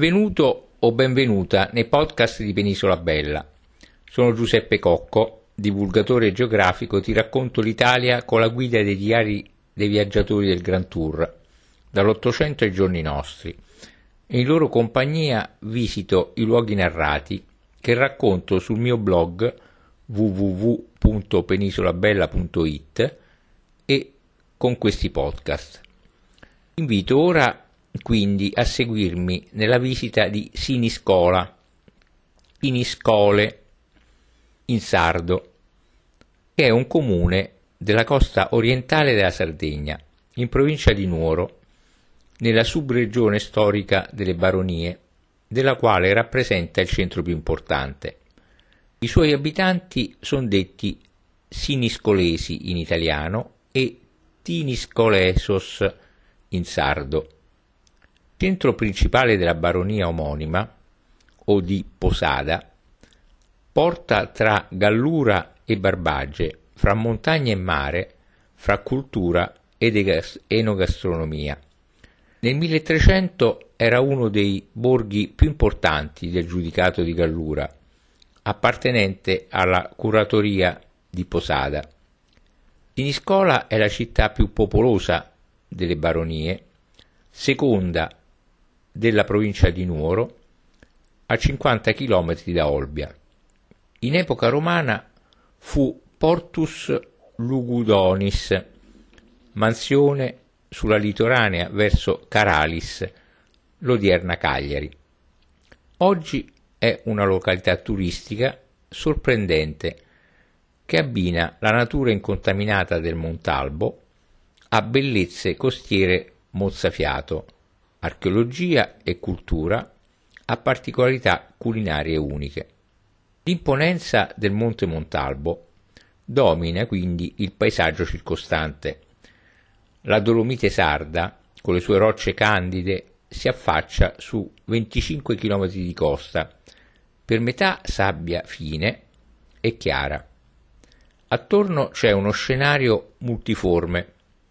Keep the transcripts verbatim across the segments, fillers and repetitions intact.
Benvenuto o benvenuta nei podcast di Penisola Bella. Sono Giuseppe Cocco, divulgatore geografico, ti racconto l'Italia con la guida dei diari dei viaggiatori del Grand Tour, dall'Ottocento ai giorni nostri. In loro compagnia visito i luoghi narrati che racconto sul mio blog w w w punto penisolabella punto i t e con questi podcast. Invito ora quindi a seguirmi nella visita di Siniscola, Siniscole in sardo, che è un comune della costa orientale della Sardegna, in provincia di Nuoro, nella subregione storica delle Baronie, della quale rappresenta il centro più importante. I suoi abitanti sono detti siniscolesi in italiano e tiniscolesos in sardo. Il centro principale della baronia omonima, o di Posada, porta tra Gallura e Barbagie, fra montagna e mare, fra cultura ed enogastronomia. Nel milletrecento era uno dei borghi più importanti del giudicato di Gallura, appartenente alla curatoria di Posada. Siniscola è la città più popolosa delle baronie, seconda della provincia di Nuoro, a cinquanta chilometri da Olbia. In epoca romana fu Portus Lugudonis, mansione sulla litoranea verso Caralis, l'odierna Cagliari. Oggi è una località turistica sorprendente che abbina la natura incontaminata del Montalbo a bellezze costiere mozzafiato, archeologia e cultura, a particolarità culinarie uniche. L'imponenza del Monte Montalbo domina quindi il paesaggio circostante. La Dolomite sarda, con le sue rocce candide, si affaccia su venticinque chilometri di costa, per metà sabbia fine e chiara. Attorno c'è uno scenario multiforme,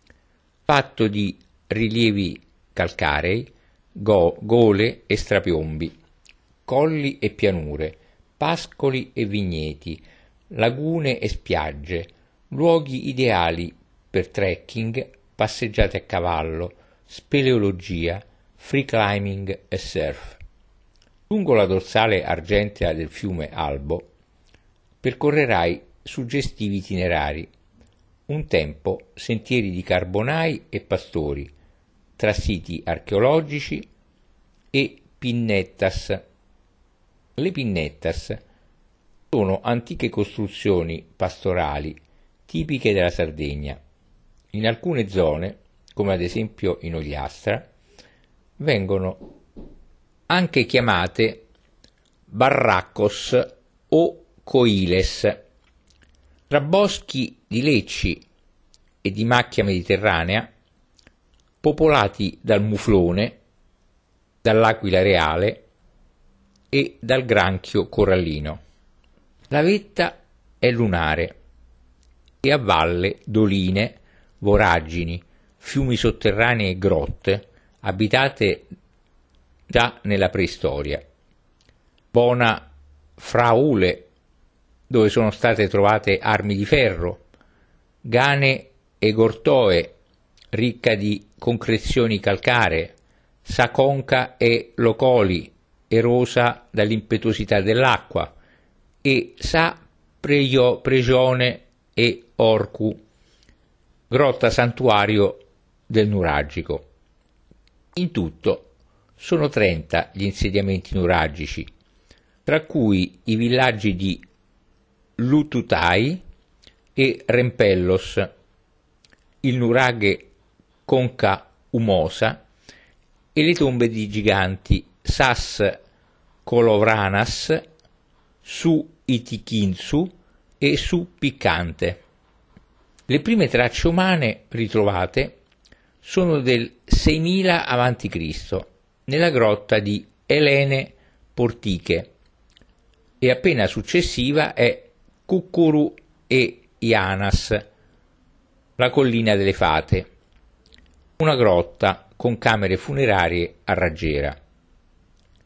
fatto di rilievi calcarei, go- gole e strapiombi, colli e pianure, pascoli e vigneti, lagune e spiagge, luoghi ideali per trekking, passeggiate a cavallo, speleologia, free climbing e surf. Lungo la dorsale argentea del fiume Albo percorrerai suggestivi itinerari, un tempo sentieri di carbonai e pastori, tra siti archeologici e pinnettas. Le pinnettas sono antiche costruzioni pastorali tipiche della Sardegna. In alcune zone, come ad esempio in Ogliastra, vengono anche chiamate barraccos o coiles. Tra boschi di lecci e di macchia mediterranea, popolati dal muflone, dall'aquila reale e dal granchio corallino. La vetta è lunare e a valle doline, voragini, fiumi sotterranei e grotte abitate già nella preistoria. Bona Fraule, dove sono state trovate armi di ferro, Gane e Gortoe, ricca di concrezioni calcaree, Sa Conca e Locoli, erosa dall'impetuosità dell'acqua, e Sa Preio, Pregione e Orcu, grotta santuario del nuragico. In tutto sono trenta gli insediamenti nuragici, tra cui i villaggi di Lututai e Rempellos, il nuraghe Conca Umosa e le tombe di giganti Sas Kolovranas, Su Itikinsu e Su Piccante. Le prime tracce umane ritrovate sono del seimila avanti Cristo nella grotta di Elene Portiche, e appena successiva è Cuccuru e Ianas, la collina delle fate, una grotta con camere funerarie a raggiera.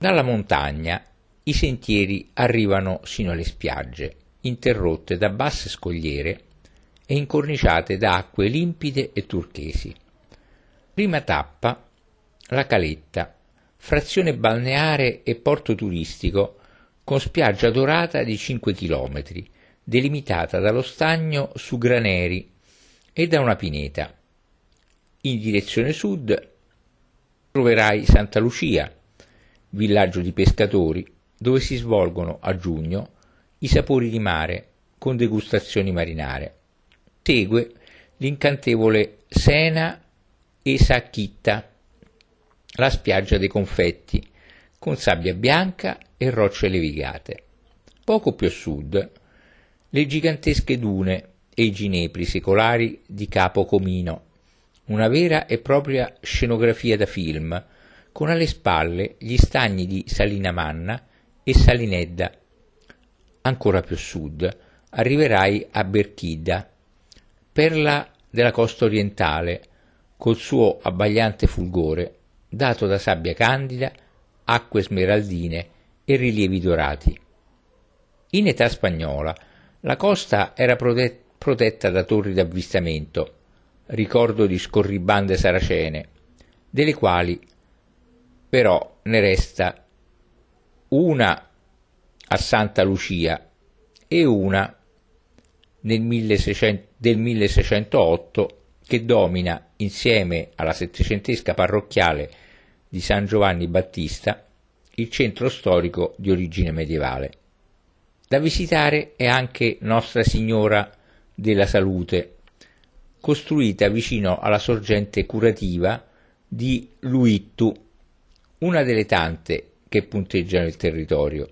Dalla montagna i sentieri arrivano sino alle spiagge, interrotte da basse scogliere e incorniciate da acque limpide e turchesi. Prima tappa, la Caletta, frazione balneare e porto turistico con spiaggia dorata di cinque chilometri, delimitata dallo stagno su graneri e da una pineta. In direzione sud troverai Santa Lucia, villaggio di pescatori dove si svolgono a giugno i sapori di mare con degustazioni marinare. Segue l'incantevole Sena e Sacchitta, la spiaggia dei confetti, con sabbia bianca e rocce levigate. Poco più a sud, le gigantesche dune e i ginepri secolari di Capo Comino, una vera e propria scenografia da film, con alle spalle gli stagni di Salina Manna e Salinedda. Ancora più a sud arriverai a Berchidda, perla della costa orientale, col suo abbagliante fulgore, dato da sabbia candida, acque smeraldine e rilievi dorati. In età spagnola la costa era prote- protetta da torri d'avvistamento, ricordo di scorribande saracene, delle quali però ne resta una a Santa Lucia e una nel milleseicento, del milleseicentootto che domina, insieme alla settecentesca parrocchiale di San Giovanni Battista, il centro storico di origine medievale. Da visitare è anche Nostra Signora della Salute, costruita vicino alla sorgente curativa di Luittu, una delle tante che punteggiano il territorio.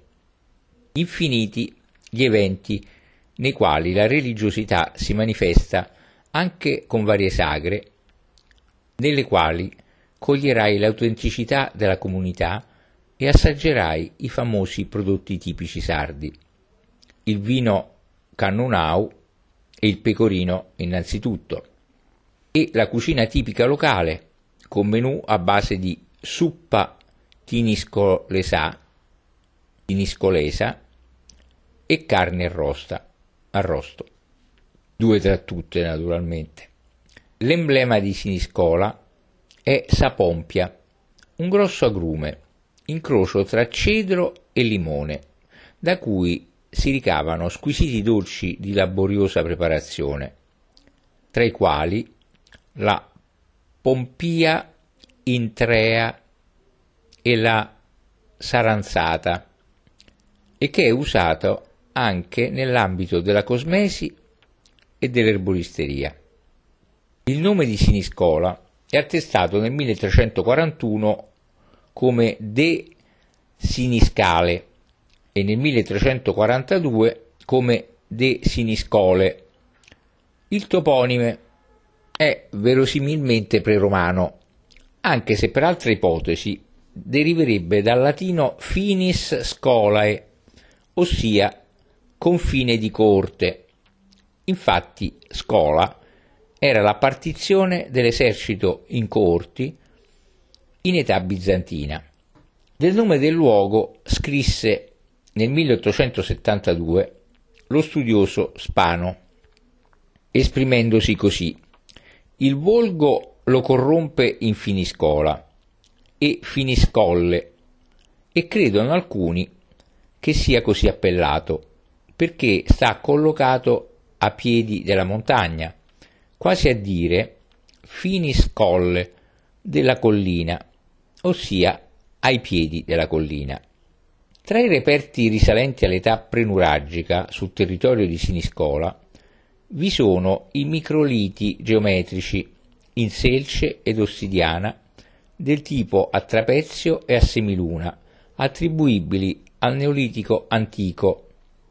Infiniti gli eventi nei quali la religiosità si manifesta anche con varie sagre, nelle quali coglierai l'autenticità della comunità e assaggerai i famosi prodotti tipici sardi, il vino cannonau e il pecorino innanzitutto, e la cucina tipica locale con menù a base di suppa tiniscolesa, tiniscolesa e carne arrosta, arrosto, due tra tutte naturalmente. L'emblema di Siniscola è Sapompia, un grosso agrume, incrocio tra cedro e limone, da cui si ricavano squisiti dolci di laboriosa preparazione, tra i quali la Pompia intrea e la saranzata, e che è usato anche nell'ambito della cosmesi e dell'erboristeria. Il nome di Siniscola è attestato nel milletrecentoquarantuno come De Siniscale e nel milletrecentoquarantadue come De Siniscole. Il toponime è verosimilmente preromano, anche se per altre ipotesi deriverebbe dal latino finis scolae, ossia confine di corte. Infatti scola era la partizione dell'esercito in coorti in età bizantina. Del nome del luogo scrisse nel milleottocentosettantadue lo studioso Spano, esprimendosi così: il volgo lo corrompe in Finiscola e Finiscolle, e credono alcuni che sia così appellato perché sta collocato a piedi della montagna, quasi a dire Finiscolle della collina, ossia ai piedi della collina. Tra i reperti risalenti all'età prenuragica sul territorio di Siniscola vi sono i microliti geometrici in selce ed ossidiana del tipo a trapezio e a semiluna, attribuibili al Neolitico antico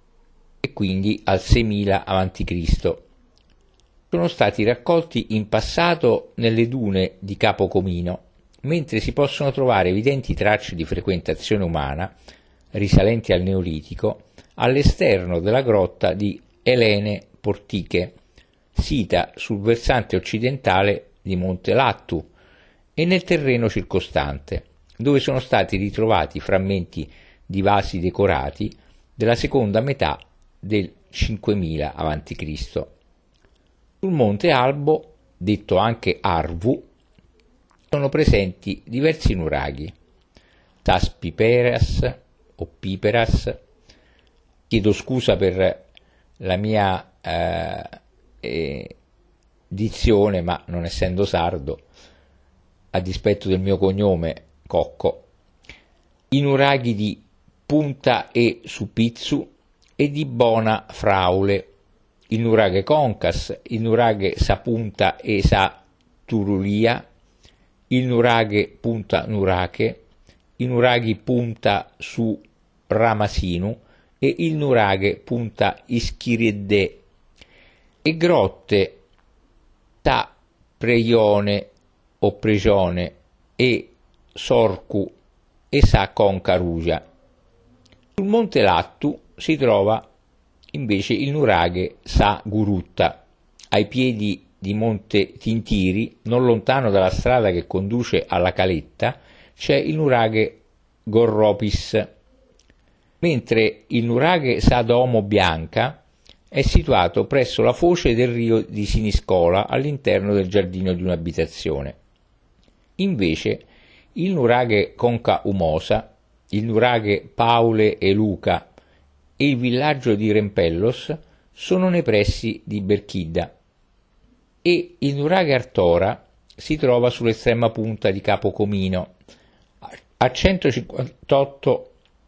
e quindi al seimila avanti Cristo. Sono stati raccolti in passato nelle dune di Capo Comino, mentre si possono trovare evidenti tracce di frequentazione umana risalenti al Neolitico all'esterno della grotta di Elene Portiche, sita sul versante occidentale di Monte Lattu e nel terreno circostante, dove sono stati ritrovati frammenti di vasi decorati della seconda metà del cinquemila avanti Cristo Sul monte Albo, detto anche Arvu, sono presenti diversi nuraghi, Tas piperas o piperas. Chiedo scusa per la mia eh, eh, dizione, ma non essendo sardo, a dispetto del mio cognome Cocco, i nuraghi di Punta e Supizzu e di Bona Fraule, il nuraghe Concas, il nuraghe Sapunta e Sa Turulia, il nuraghe Punta Nurache, i nuraghi Punta su Ramasinu e il nuraghe Punta Ischiriedde, e grotte Ta Preione o Pregione e Sorcu e Sa Concarugia. Sul monte Lattu si trova invece il nuraghe Sa Gurutta, ai piedi di Monte Tintiri, non lontano dalla strada che conduce alla Caletta, c'è il nuraghe Gorropis, mentre il nuraghe Sa Domo Bianca è situato presso la foce del rio di Siniscola all'interno del giardino di un'abitazione. Invece il nuraghe Conca Umosa, il nuraghe Paule e Luca e il villaggio di Rempellos sono nei pressi di Berchidda, e il nuraghe Artora si trova sull'estrema punta di Capo Comino, a centocinquantotto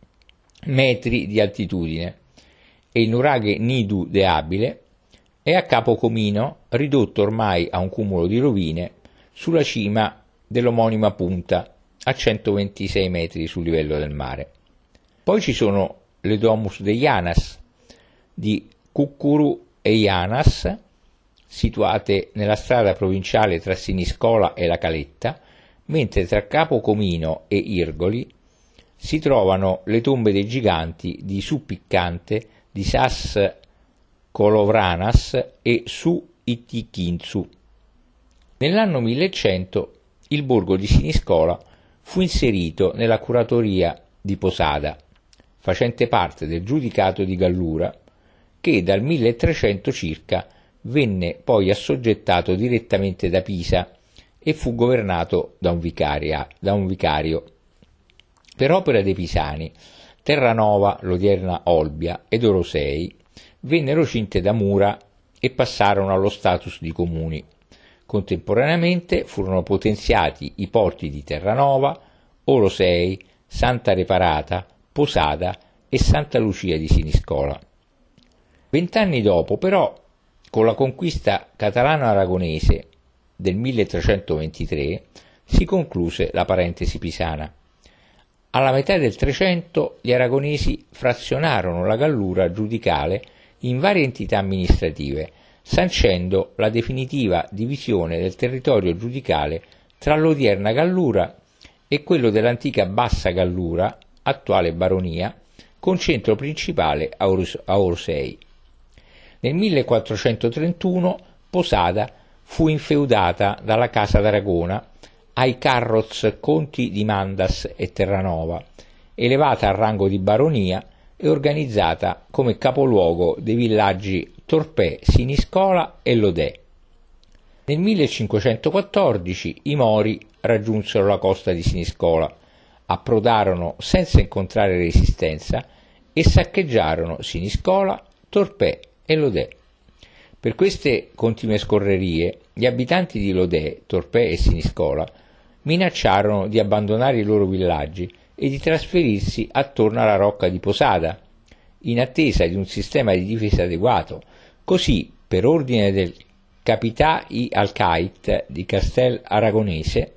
metri di altitudine, e il nuraghe Nidu de Abile è a Capo Comino, ridotto ormai a un cumulo di rovine sulla cima dell'omonima punta, a centoventisei metri sul livello del mare. Poi ci sono le Domus de Janas di Cuccuru e Janas, situate nella strada provinciale tra Siniscola e la Caletta, mentre tra Capo Comino e Irgoli si trovano le tombe dei giganti di Su Piccante, di Sas Colovranas e Su Itichinzu. Nell'anno millecento il borgo di Siniscola fu inserito nella curatoria di Posada, facente parte del giudicato di Gallura, che dal milletrecento circa venne poi assoggettato direttamente da Pisa e fu governato da un, vicaria, da un vicario. Per opera dei pisani, Terranova, l'odierna Olbia, ed Orosei vennero cinte da mura e passarono allo status di comuni. Contemporaneamente furono potenziati i porti di Terranova, Orosei, Santa Reparata, Posada e Santa Lucia di Siniscola. Vent'anni dopo, però, con la conquista catalano-aragonese del milletrecentoventitré, si concluse la parentesi pisana. Alla metà del Trecento gli aragonesi frazionarono la Gallura giudicale in varie entità amministrative, sancendo la definitiva divisione del territorio giudicale tra l'odierna Gallura e quello dell'antica Bassa Gallura, attuale baronia, con centro principale a Orosei. Nel millequattrocentotrentuno Posada fu infeudata dalla Casa d'Aragona ai Carroz conti di Mandas e Terranova, elevata al rango di baronia e organizzata come capoluogo dei villaggi Torpè, Siniscola e Lodè. Nel millecinquecentoquattordici i Mori raggiunsero la costa di Siniscola, approdarono senza incontrare resistenza e saccheggiarono Siniscola, Torpè e Lodè. Per queste continue scorrerie, gli abitanti di Lodè, Torpè e Siniscola minacciarono di abbandonare i loro villaggi e di trasferirsi attorno alla rocca di Posada, in attesa di un sistema di difesa adeguato. Così, per ordine del capità i Alcait di Castel Aragonese,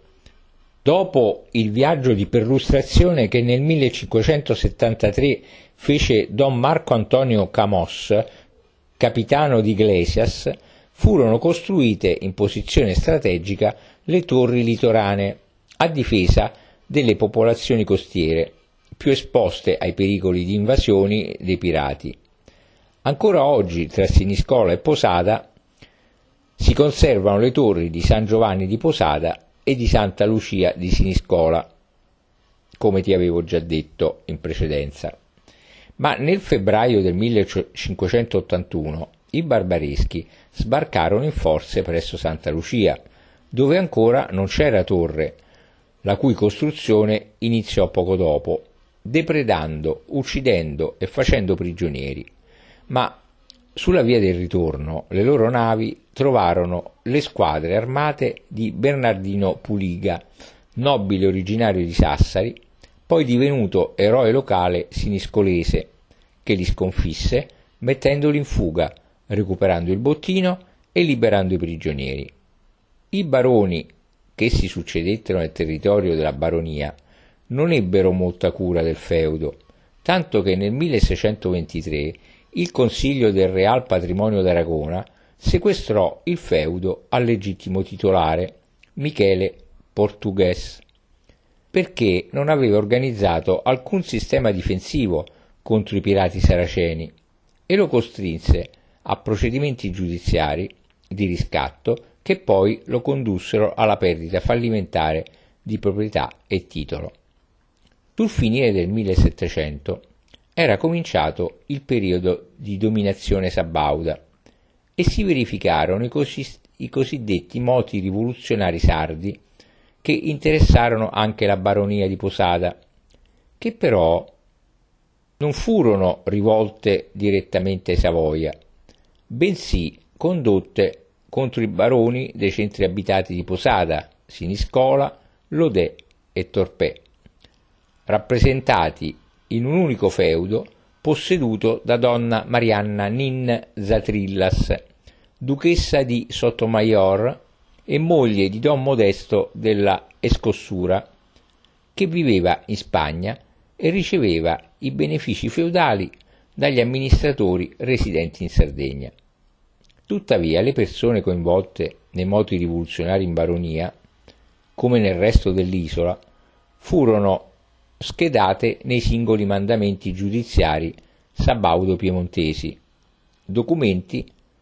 dopo il viaggio di perlustrazione che nel millecinquecentosettantatré fece Don Marco Antonio Camós, capitano di Iglesias, furono costruite in posizione strategica le torri litoranee a difesa delle popolazioni costiere più esposte ai pericoli di invasioni dei pirati. Ancora oggi tra Siniscola e Posada si conservano le torri di San Giovanni di Posada e di Santa Lucia di Siniscola. come ti avevo già detto in precedenza. Ma nel febbraio del millecinquecentottantuno i barbareschi sbarcarono in forze presso Santa Lucia, dove ancora non c'era torre, la cui costruzione iniziò poco dopo, depredando, uccidendo e facendo prigionieri. Ma sulla via del ritorno le loro navi trovarono le squadre armate di Bernardino Puliga, nobile originario di Sassari, poi divenuto eroe locale siniscolese, che li sconfisse mettendoli in fuga, recuperando il bottino e liberando i prigionieri. I baroni che si succedettero nel territorio della baronia non ebbero molta cura del feudo, tanto che nel milleseicentoventitré il Consiglio del Real Patrimonio d'Aragona sequestrò il feudo al legittimo titolare, Michele Portugues, perché non aveva organizzato alcun sistema difensivo contro i pirati saraceni e lo costrinse a procedimenti giudiziari di riscatto che poi lo condussero alla perdita fallimentare di proprietà e titolo. Sul finire del millesettecento era cominciato il periodo di dominazione sabauda e si verificarono i, così, i cosiddetti moti rivoluzionari sardi che interessarono anche la baronia di Posada, che però non furono rivolte direttamente ai Savoia, bensì condotte contro i baroni dei centri abitati di Posada, Siniscola, Lodè e Torpè, rappresentati in un unico feudo posseduto da donna Marianna Nin Zatrillas, duchessa di Sotomayor e moglie di don Modesto della Escossura, che viveva in Spagna e riceveva i benefici feudali dagli amministratori residenti in Sardegna. Tuttavia le persone coinvolte nei moti rivoluzionari in baronia, come nel resto dell'isola, furono schedate nei singoli mandamenti giudiziari sabaudo-piemontesi, documenti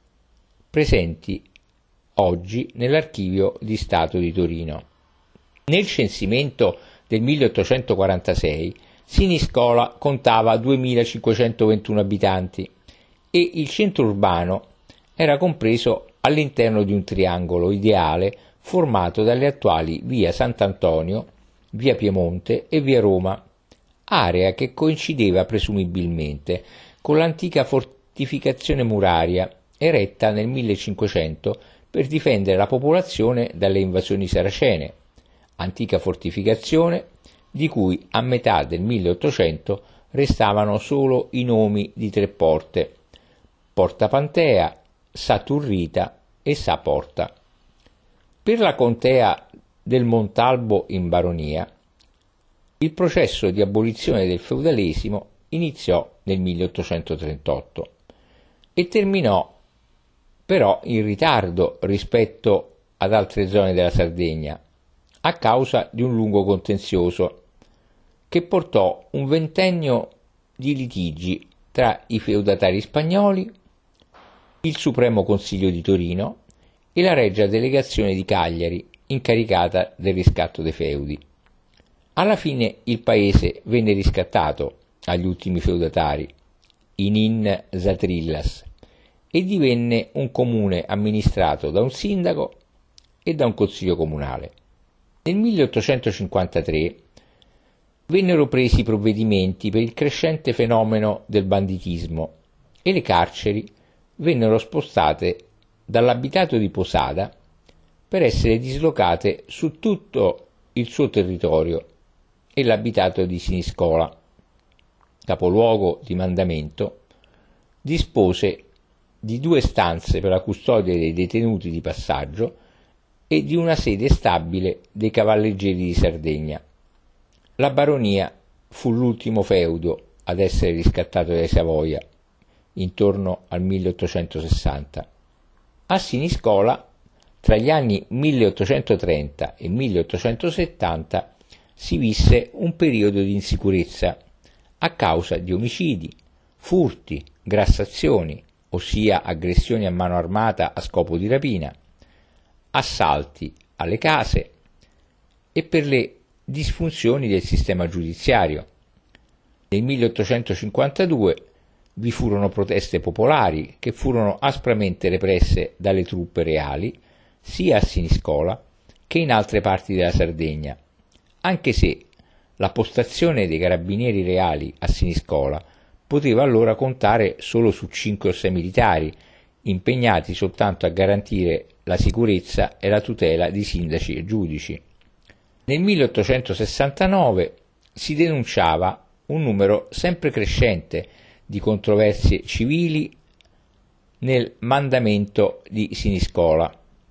presenti oggi nell'Archivio di Stato di Torino. Nel censimento del milleottocentoquarantasei Siniscola contava duemilacinquecentoventuno abitanti e il centro urbano era compreso all'interno di un triangolo ideale formato dalle attuali via Sant'Antonio, via Piemonte e via Roma, area che coincideva presumibilmente con l'antica fortificazione muraria eretta nel millecinquecento per difendere la popolazione dalle invasioni saracene, antica fortificazione di cui a metà del milleottocento restavano solo i nomi di tre porte: Porta Pantea, Sa Turrita e Sa Porta. Per la contea del Montalbo in baronia, il processo di abolizione del feudalesimo iniziò nel milleottocentotrentotto e terminò però in ritardo rispetto ad altre zone della Sardegna, a causa di un lungo contenzioso che portò un ventennio di litigi tra i feudatari spagnoli, il Supremo Consiglio di Torino e la Regia Delegazione di Cagliari, incaricata del riscatto dei feudi. Alla fine il paese venne riscattato agli ultimi feudatari, i Nin Zatrillas, e divenne un comune amministrato da un sindaco e da un consiglio comunale. Nel milleottocentocinquantatré vennero presi provvedimenti per il crescente fenomeno del banditismo e le carceri vennero spostate dall'abitato di Posada per essere dislocate su tutto il suo territorio e l'abitato di Siniscola, capoluogo di mandamento, dispose di due stanze per la custodia dei detenuti di passaggio e di una sede stabile dei cavalleggeri di Sardegna. La baronia fu l'ultimo feudo ad essere riscattato dai Savoia, intorno al milleottocentosessanta. A Siniscola, tra gli anni milleottocentotrenta e milleottocentosettanta, si visse un periodo di insicurezza a causa di omicidi, furti, grassazioni, ossia aggressioni a mano armata a scopo di rapina, assalti alle case e per le disfunzioni del sistema giudiziario. Nel milleottocentocinquantadue vi furono proteste popolari che furono aspramente represse dalle truppe reali sia a Siniscola che in altre parti della Sardegna, anche se la postazione dei carabinieri reali a Siniscola poteva allora contare solo su cinque o sei militari, impegnati soltanto a garantire la sicurezza e la tutela di sindaci e giudici. Nel milleottocentosessantanove si denunciava un numero sempre crescente di controversie civili nel mandamento di Siniscola.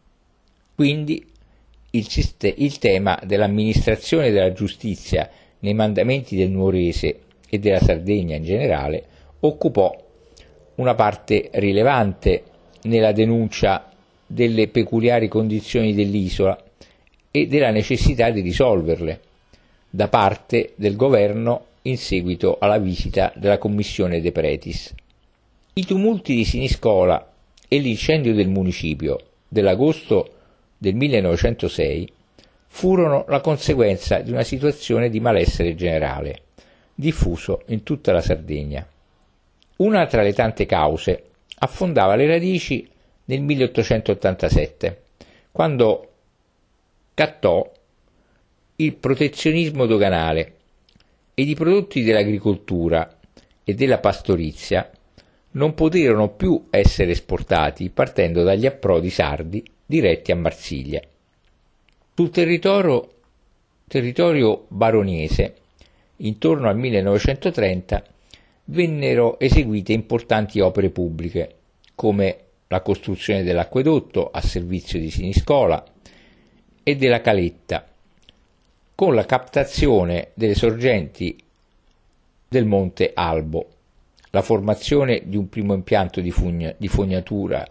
Quindi il, il tema dell'amministrazione della giustizia nei mandamenti del Nuorese e della Sardegna in generale occupò una parte rilevante nella denuncia delle peculiari condizioni dell'isola e della necessità di risolverle da parte del governo in seguito alla visita della commissione De Pretis. I tumulti di Siniscola e l'incendio del municipio dell'agosto del millenovecentosei furono la conseguenza di una situazione di malessere generale, diffuso in tutta la Sardegna. Una tra le tante cause affondava le radici nel milleottocentottantasette, quando scattò il protezionismo doganale ed i prodotti dell'agricoltura e della pastorizia non poterono più essere esportati partendo dagli approdi sardi diretti a Marsiglia. Sul territorio, territorio baroniese, intorno al millenovecentotrenta, vennero eseguite importanti opere pubbliche, come la costruzione dell'acquedotto a servizio di Siniscola e della caletta, con la captazione delle sorgenti del monte Albo, la formazione di un primo impianto di, fugna, di fognatura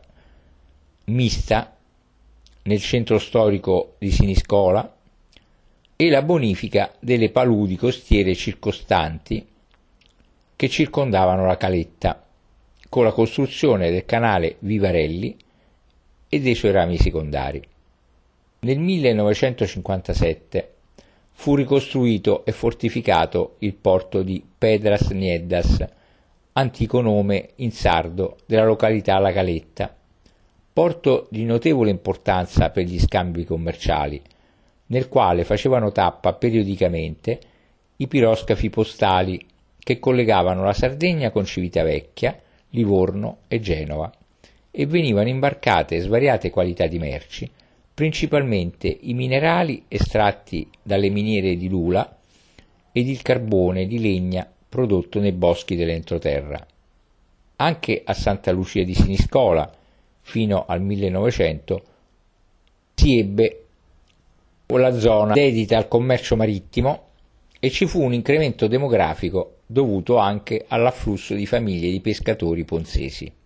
mista nel centro storico di Siniscola e la bonifica delle paludi costiere circostanti che circondavano la caletta, con la costruzione del canale Vivarelli e dei suoi rami secondari. Nel millenovecentocinquantasette fu ricostruito e fortificato il porto di Pedras Nieddas, antico nome in sardo della località La Caletta, porto di notevole importanza per gli scambi commerciali, nel quale facevano tappa periodicamente i piroscafi postali che collegavano la Sardegna con Civitavecchia, Livorno e Genova, e venivano imbarcate svariate qualità di merci, principalmente i minerali estratti dalle miniere di Lula ed il carbone di legna prodotto nei boschi dell'entroterra. Anche a Santa Lucia di Siniscola, fino al millenovecento, si ebbe la zona dedita al commercio marittimo e ci fu un incremento demografico dovuto anche all'afflusso di famiglie di pescatori ponzesi.